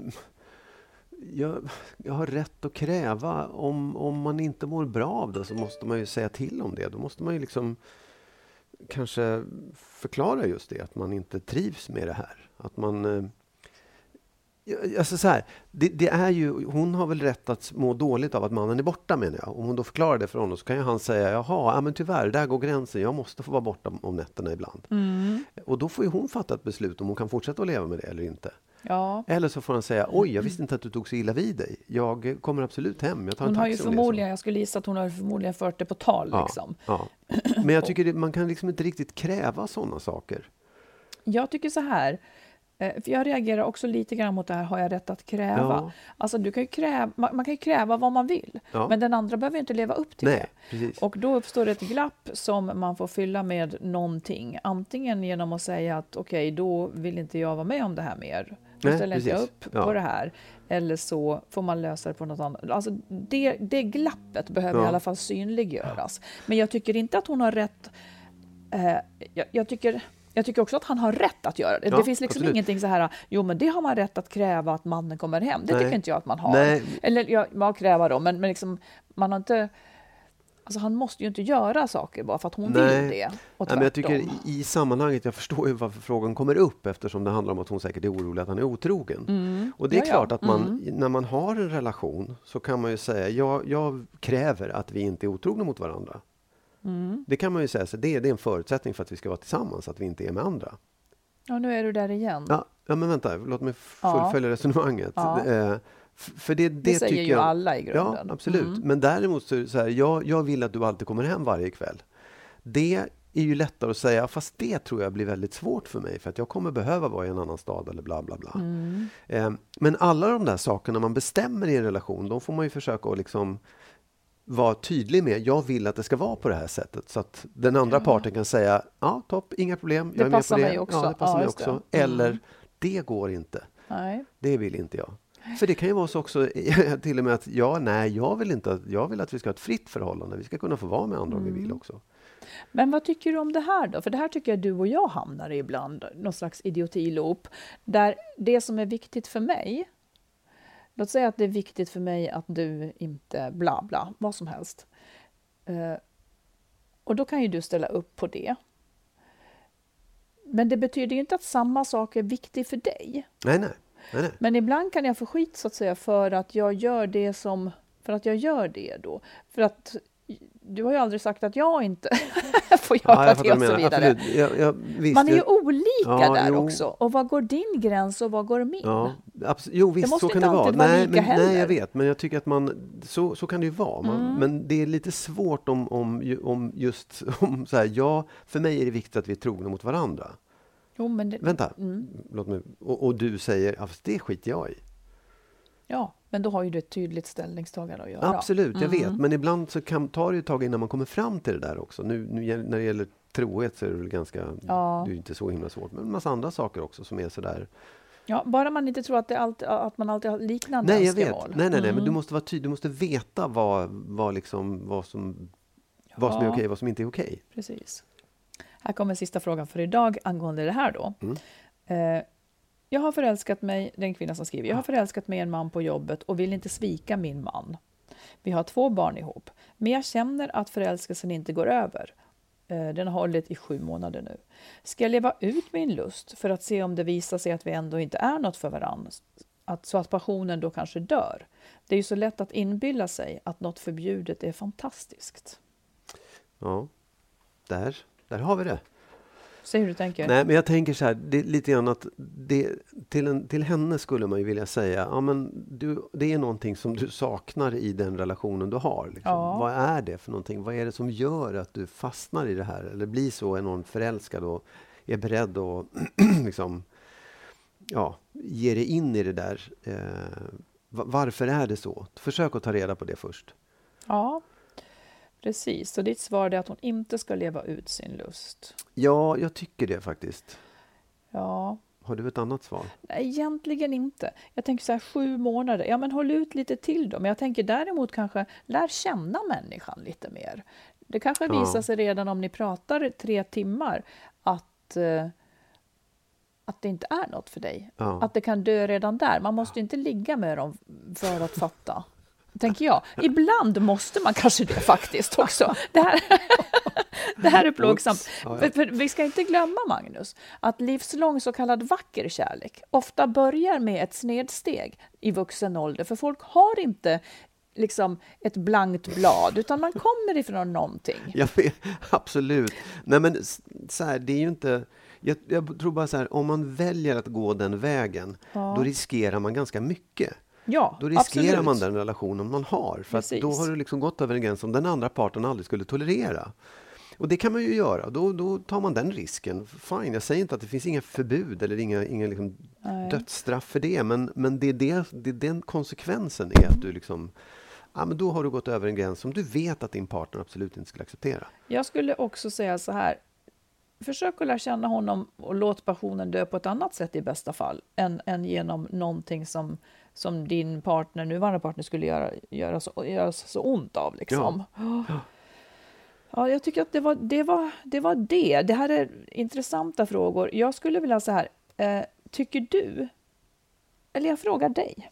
jag har rätt att kräva. Om man inte mår bra av det, så måste man ju säga till om det. Då måste man ju liksom kanske förklara just det, att man inte trivs med det här. Att man... Alltså så här, det är ju, hon har väl rätt att må dåligt av att mannen är borta, menar jag. Om hon då förklarar det för honom, så kan ju han säga, jaha, men tyvärr, där går gränsen. Jag måste få vara borta om nätterna ibland. Och då får ju hon fatta ett beslut om hon kan fortsätta att leva med det eller inte. Ja. Eller så får han säga, oj, jag visste inte att du tog så illa vid dig. Jag kommer absolut hem. Jag tar en taxi. Jag skulle gissa att hon har förmodligen fört det på tal. Ja, liksom. Ja. Men jag tycker man kan liksom inte riktigt kräva sådana saker. Jag tycker så här, för jag reagerar också lite grann mot det här, har jag rätt att kräva? Ja. Alltså man kan ju kräva vad man vill, men den andra behöver inte leva upp till det. Precis. Och då uppstår ett glapp som man får fylla med någonting. Antingen genom att säga att okej, då vill inte jag vara med om det här mer. Då ställer inte jag upp på det här. Eller så får man lösa det på något annat. Alltså det glappet behöver i alla fall synliggöras. Men jag tycker inte att hon har rätt. Jag tycker också att han har rätt att göra det. Det finns liksom ingenting så här, jo men det har man rätt att kräva att mannen kommer hem. Det tycker inte jag att man har. Nej. Eller man kräver då, men liksom, man har inte... Alltså han måste ju inte göra saker bara för att hon vill det. Och men jag tycker i sammanhanget, jag förstår ju varför frågan kommer upp, eftersom det handlar om att hon säkert är orolig att han är otrogen. Och det är klart att man, när man har en relation, så kan man ju säga, jag kräver att vi inte är otrogna mot varandra. Det kan man ju säga, så det är en förutsättning för att vi ska vara tillsammans, att vi inte är med andra. Ja, nu är du där igen. Ja men vänta, låt mig fullfölja resonemanget. För det säger tycker ju alla i grunden. Ja, absolut. Men däremot så här, jag vill att du alltid kommer hem varje kväll. Det är ju lättare att säga, fast det tror jag blir väldigt svårt för mig, för att jag kommer behöva vara i en annan stad eller bla bla bla. Men alla de där sakerna man bestämmer i en relation, de får man ju försöka att liksom vara tydlig med. Jag vill att det ska vara på det här sättet, så att den andra parten kan säga, ja topp, inga problem, jag är med på det. Mig också. Ja, det passar mig också. Eller, det går inte. Nej. Det vill inte jag. För det kan ju vara så också till och med att jag vill att vi ska ha ett fritt förhållande. Vi ska kunna få vara med andra om vi vill också. Men vad tycker du om det här då? För det här tycker jag du och jag hamnar i ibland, någon slags idiotiloop, där det som är viktigt för mig, låt säga att det är viktigt för mig att du inte bla bla, vad som helst. Och då kan ju du ställa upp på det. Men det betyder ju inte att samma sak är viktig för dig. Nej. Men ibland kan jag få skit så att säga för att jag gör det då. För att du har ju aldrig sagt att jag inte får göra det och så vidare. Man är ju olika där också. Och vad går din gräns och vad går min? Ja, visst, så kan det vara. Nej, jag vet. Men jag tycker att så kan det ju vara. Men det är lite svårt om så här, för mig är det viktigt att vi är trogna mot varandra. Jo, men vänta, låt mig, och du säger, det skiter jag i. Ja, men då har ju du ett tydligt ställningstagande att göra. Absolut, jag vet. Men ibland så tar det ju ett tag innan man kommer fram till det där också. Nu när det gäller trohet så är det väl ganska, det är ju inte så himla svårt. Men en massa andra saker också som är sådär. Ja, bara man inte tror att man alltid har liknande önskemål. Nej, men du måste vara tydlig. Du måste veta vad som är okej och vad som inte är okej. Precis. Här kommer sista frågan för idag angående det här då. Jag har förälskat mig, det är en kvinna som skriver, jag har förälskat mig i en man på jobbet och vill inte svika min man. Vi har 2 barn ihop, men jag känner att förälskelsen inte går över. Den har hållit i 7 månader nu. Ska jag leva ut min lust för att se om det visar sig att vi ändå inte är något för varandra? Så att passionen då kanske dör. Det är ju så lätt att inbilla sig att något förbjudet är fantastiskt. Ja, där har vi det. Säg hur du tänker. Nej, men jag tänker så här, det är lite grann att till henne skulle man ju vilja säga, ja men det är någonting som du saknar i den relationen du har. Liksom. Ja. Vad är det för någonting? Vad är det som gör att du fastnar i det här? Eller blir så enormt förälskad och är beredd att liksom, ge dig in i det där. Varför är det så? Försök att ta reda på det först. Ja. Precis, så ditt svar är att hon inte ska leva ut sin lust. Ja, jag tycker det faktiskt. Ja. Har du ett annat svar? Nej, egentligen inte. Jag tänker så här 7 månader. Ja, men håll ut lite till då. Men jag tänker däremot kanske lär känna människan lite mer. Det kanske visar sig redan om ni pratar 3 timmar att det inte är något för dig. Ja. Att det kan dö redan där. Man måste inte ligga med dem för att fatta. Tänker jag. Ibland måste man kanske det faktiskt också. Det här är plågsamt. Ja. För vi ska inte glömma, Magnus, att livslång så kallad vacker kärlek ofta börjar med ett snedsteg i vuxen ålder. För folk har inte liksom ett blankt blad, utan man kommer ifrån någonting. Ja, absolut. Nej, men så här, det är ju inte... Jag tror bara så här, om man väljer att gå den vägen, då riskerar man ganska mycket. Ja, då riskerar man den relationen man har. För att då har du liksom gått över en gräns som den andra parten aldrig skulle tolerera. Och det kan man ju göra. Då tar man den risken. Fine, jag säger inte att det finns inga förbud eller inga liksom dödsstraff för det. Men det är den konsekvensen är att du liksom... Ja, men då har du gått över en gräns som du vet att din partner absolut inte skulle acceptera. Jag skulle också säga så här. Försök att lära känna honom och låt passionen dö på ett annat sätt i bästa fall. Än genom någonting som din nuvarande partner skulle göra så ont av. Liksom. Ja, jag tycker att det var det. Det här är intressanta frågor. Jag skulle vilja så här. Tycker du, eller jag frågar dig.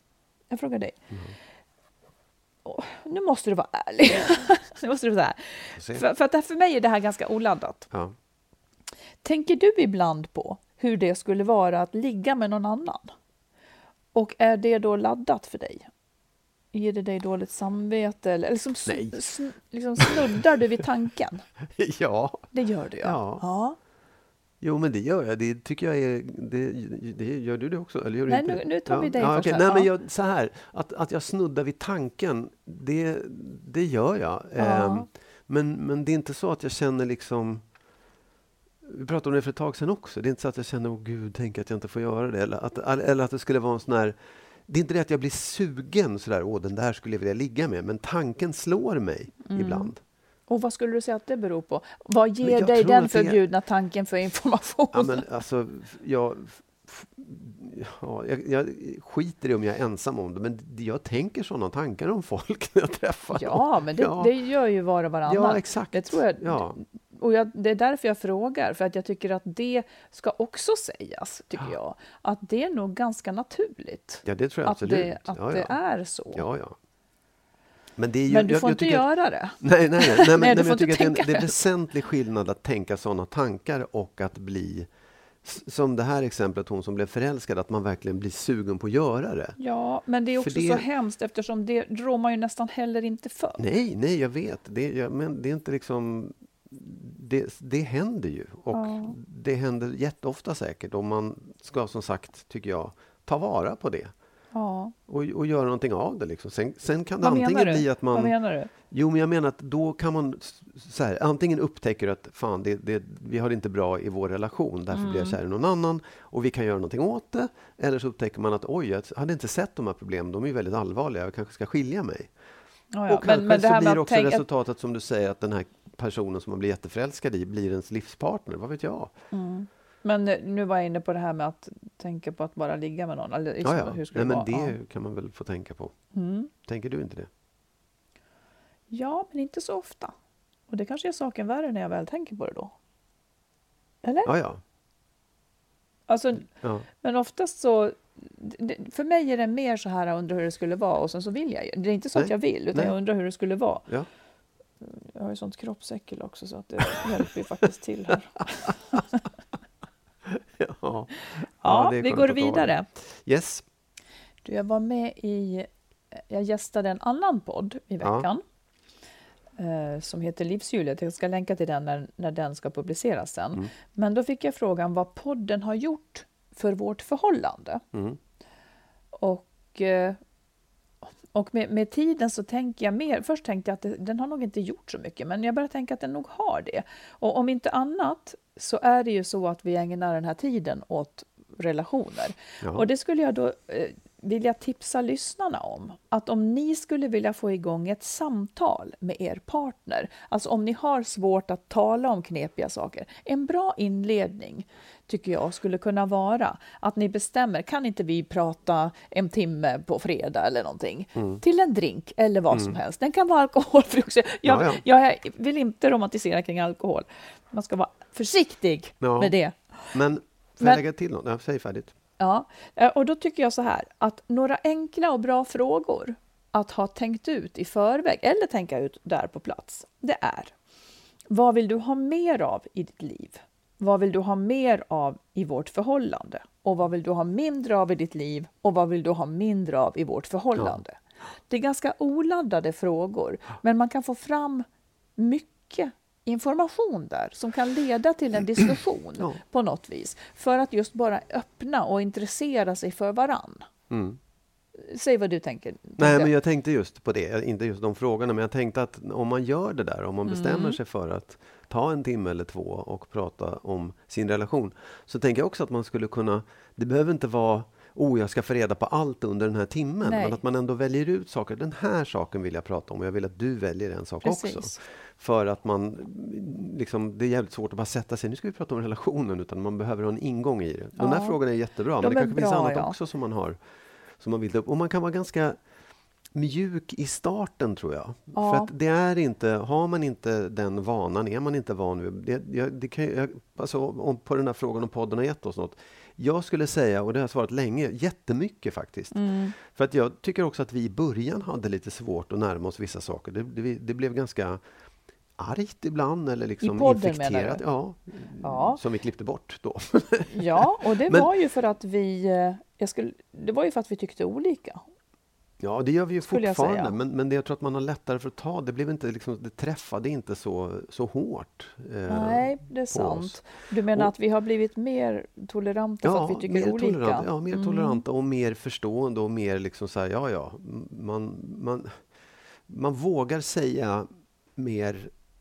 Nu måste du vara ärlig. Nu måste du vara ärlig. För att för mig är det här ganska oladdat. Ja. Tänker du ibland på hur det skulle vara att ligga med någon annan? Och är det då laddat för dig? Ger det dig dåligt samvete? Eller liksom snuddar du vid tanken? Ja. Det gör du, ja. Jo, men det gör jag. Det tycker jag är... Det gör du det också? Eller gör du inte? Nu tar vi dig först. Okay. Nej, men så här. Att jag snuddar vid tanken, det gör jag. Men det är inte så att jag känner liksom... Vi pratade om det för ett tag sedan också. Det är inte så att jag känner, gud, tänk att jag inte får göra det. Eller att det skulle vara en sån här... Det är inte det att jag blir sugen sådär, den där skulle jag vilja ligga med. Men tanken slår mig ibland. Och vad skulle du säga att det beror på? Vad ger dig den förbjudna tanken för information? Ja, men alltså, jag skiter i om jag är ensam om det, men jag tänker sådana tankar om folk när jag träffar dem. Ja, men det gör ju var och varannan. Ja, exakt. Det tror jag. Ja. Och det är därför jag frågar, för att jag tycker att det ska också sägas, tycker jag. Att det är nog ganska naturligt. Ja, det tror jag absolut. Det är så. Ja. Men du får inte göra det. Nej, men jag tycker att det är en väsentlig skillnad att tänka sådana tankar och att bli, som det här exemplet, hon som blev förälskad, att man verkligen blir sugen på att göra det. Ja, men det är också så hemskt, eftersom det rår man ju nästan heller inte för. Nej, jag vet. Men det är inte liksom... Det händer ju. Och det händer jätteofta säkert. Och man ska, som sagt, tycker jag, ta vara på det. Ja. Och göra någonting av det. Liksom. Sen kan det antingen bli att man... Vad menar du? Jo, men jag menar att då kan man så här, antingen upptäcker att fan, vi har det inte bra i vår relation. Därför blir jag kär i någon annan. Och vi kan göra någonting åt det. Eller så upptäcker man att jag hade inte sett de här problemen. De är väldigt allvarliga. Jag kanske ska skilja mig. Ja, och kanske men det här så blir också resultatet, som du säger, att den här personen som man blir jätteförälskad i blir ens livspartner. Vad vet jag? Men nu var jag inne på det här med att tänka på att bara ligga med någon. Eller, hur ska det vara? Men det kan man väl få tänka på. Tänker du inte det? Ja, men inte så ofta. Och det kanske är saken värre när jag väl tänker på det då. Eller? Ja. Alltså, men oftast så... För mig är det mer så här, undrar hur det skulle vara. Och sen så vill jag ju. Det är inte så att jag vill, utan jag undrar hur det skulle vara. Ja. Jag har ju sånt kroppsäckel också, så att det hjälper ju faktiskt till här. Vi går vidare. Yes. Jag var med jag gästade en annan podd i veckan. Som heter Livshjulet. Jag ska länka till den när den ska publiceras sen. Men då fick jag frågan vad podden har gjort för vårt förhållande. Och med tiden så tänker jag mer. Först tänkte jag att den har nog inte gjort så mycket. Men jag började tänka att den nog har det. Och om inte annat så är det ju så att vi ägnar den här tiden åt relationer. Ja. Och det skulle jag då vilja tipsa lyssnarna om. Att om ni skulle vilja få igång ett samtal med er partner. Alltså om ni har svårt att tala om knepiga saker. En bra inledning tycker jag skulle kunna vara att ni bestämmer, kan inte vi prata en timme på fredag eller någonting? Till en drink eller vad som helst. Den kan vara alkoholfri också. Jag vill inte romantisera kring alkohol. Man ska vara försiktig med det. Men får jag lägga till något? Jag säger färdigt. Ja, och då tycker jag så här, att några enkla och bra frågor att ha tänkt ut i förväg eller tänka ut där på plats, det är: vad vill du ha mer av i ditt liv? Vad vill du ha mer av i vårt förhållande? Och vad vill du ha mindre av i ditt liv? Och vad vill du ha mindre av i vårt förhållande? Ja. Det är ganska oladdade frågor, men man kan få fram mycket information där som kan leda till en diskussion på något vis. För att just bara öppna och intressera sig för varann. Säg vad du tänker. Nej, men jag tänkte just på det. Inte just de frågorna, men jag tänkte att om man gör det där, om man bestämmer sig för att ta en timme eller två och prata om sin relation, så tänker jag också att man skulle kunna, det behöver inte vara jag ska få reda på allt under den här timmen. Nej. Men att man ändå väljer ut saker. Den här saken vill jag prata om och jag vill att du väljer en sak också. För att man liksom, det är jävligt svårt att bara sätta sig, nu ska vi prata om relationen, utan man behöver ha en ingång i det. Den här frågan är jättebra, men det kanske finns annat också som man har, som man vill ta upp. Och man kan vara ganska mjuk i starten, tror jag. För att det är inte, har man inte den vanan, är man inte van vid alltså, på den här frågan om podden har gett oss något. Jag skulle säga, och det har jag svarat länge, jättemycket faktiskt. För att jag tycker också att vi i början hade lite svårt att närma oss vissa saker. Det blev ganska argt ibland, eller liksom I podden, infekterat. Ja, som vi klippte bort då. Ja, och det var ju för att det var ju för att vi tyckte olika. Ja, det gör vi ju fortfarande, men det jag tror att man har lättare för att ta. Det blev inte liksom, det träffade inte så hårt. Nej, det är sant. Du menar att vi har blivit mer toleranta för att vi tycker olika? Ja, mer toleranta och mer förstående och mer liksom så här, man vågar säga mer.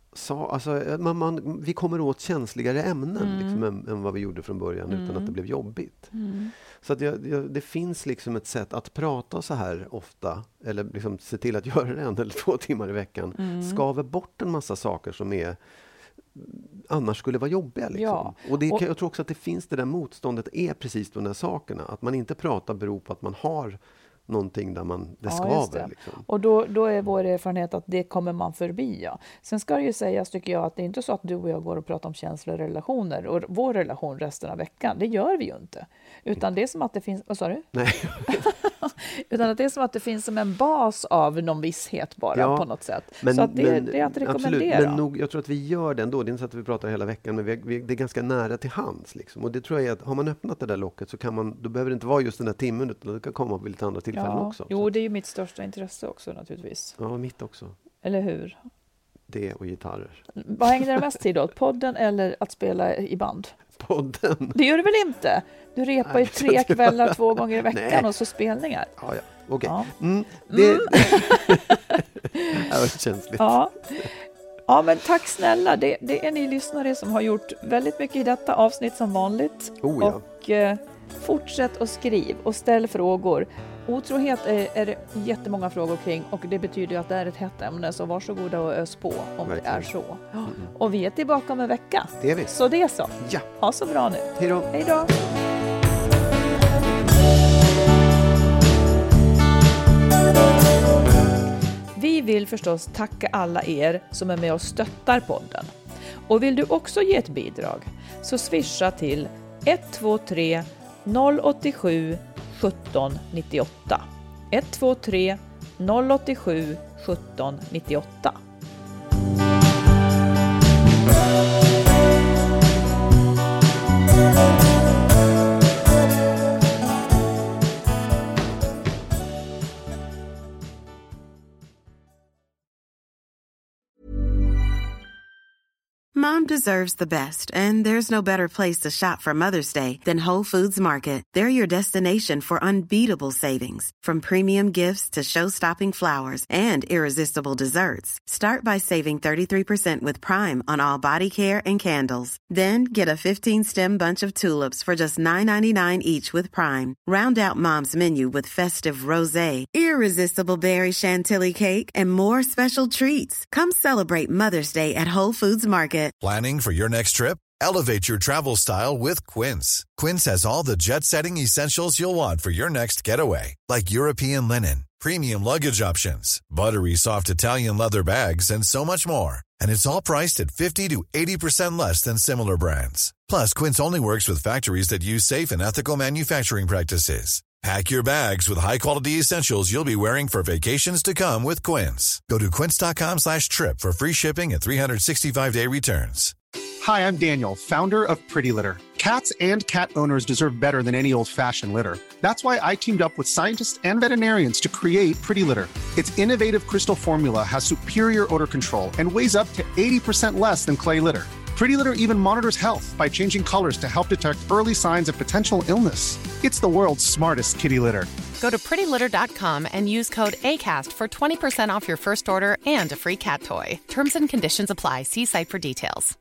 Vi kommer åt känsligare ämnen liksom, än vad vi gjorde från början utan att det blev jobbigt. Så att det finns liksom ett sätt att prata så här ofta eller liksom se till att göra det 1 eller 2 timmar i veckan. Skaver bort en massa saker som annars skulle vara jobbiga. Liksom. Och jag tror också att det finns det där motståndet är precis de där sakerna. Att man inte pratar beror på att man har någonting där det skaver. Liksom. Och då är vår erfarenhet att det kommer man förbi. Ja. Sen ska det ju sägas, tycker jag, att det är inte så att du och jag går och pratar om känslor och relationer och vår relation resten av veckan. Det gör vi ju inte. Utan det är som att det finns... Vad sa du? Nej. Utan att det är som att det finns som en bas av någon visshet bara på något sätt. Så att det är att rekommendera. Absolut, men jag tror att vi gör det ändå. Det är inte så att vi pratar hela veckan, men det är ganska nära till hands. Liksom. Och det tror jag är att har man öppnat det där locket så då behöver det inte vara just den där timmen utan det kan komma på lite andra tillfällen också. Jo, det är ju mitt största intresse också naturligtvis. Ja, mitt också. Eller hur? Det och gitarrer. Vad hänger det mest tid åt? Podden eller att spela i band? Podden. Det gör du väl inte? Du repar ju 3 kvällar 2 gånger i veckan och så spelningar. Ja, okej. Det var känsligt. Ja, men tack snälla. Det är ni lyssnare som har gjort väldigt mycket i detta avsnitt som vanligt. Och fortsätt att skriv och ställ frågor. Otrohet är det jättemånga frågor kring och det betyder att det är ett hett ämne, så varsågoda och ös på om det är så. Och vi är tillbaka om en vecka. Det är vi. Så det är så. Ja. Ha så bra nu. Hej då. Hej då. Vi vill förstås tacka alla er som är med och stöttar podden. Och vill du också ge ett bidrag så swisha till 123 087 1798. 123 087 1798. Mom deserves the best, and there's no better place to shop for Mother's Day than Whole Foods Market. They're your destination for unbeatable savings, from premium gifts to show-stopping flowers and irresistible desserts. Start by saving 33% with Prime on all body care and candles. Then get a 15-stem bunch of tulips for just $9.99 each with Prime. Round out Mom's menu with festive rosé, irresistible berry chantilly cake, and more special treats. Come celebrate Mother's Day at Whole Foods Market. Planning for your next trip? Elevate your travel style with Quince. Quince has all the jet-setting essentials you'll want for your next getaway, like European linen, premium luggage options, buttery soft Italian leather bags, and so much more. And it's all priced at 50 to 80% less than similar brands. Plus, Quince only works with factories that use safe and ethical manufacturing practices. Pack your bags with high-quality essentials you'll be wearing for vacations to come with Quince. Go to quince.com/trip for free shipping and 365-day returns. Hi, I'm Daniel, founder of Pretty Litter. Cats and cat owners deserve better than any old-fashioned litter. That's why I teamed up with scientists and veterinarians to create Pretty Litter. Its innovative crystal formula has superior odor control and weighs up to 80% less than clay litter. Pretty Litter even monitors health by changing colors to help detect early signs of potential illness. It's the world's smartest kitty litter. Go to prettylitter.com and use code ACAST for 20% off your first order and a free cat toy. Terms and conditions apply. See site for details.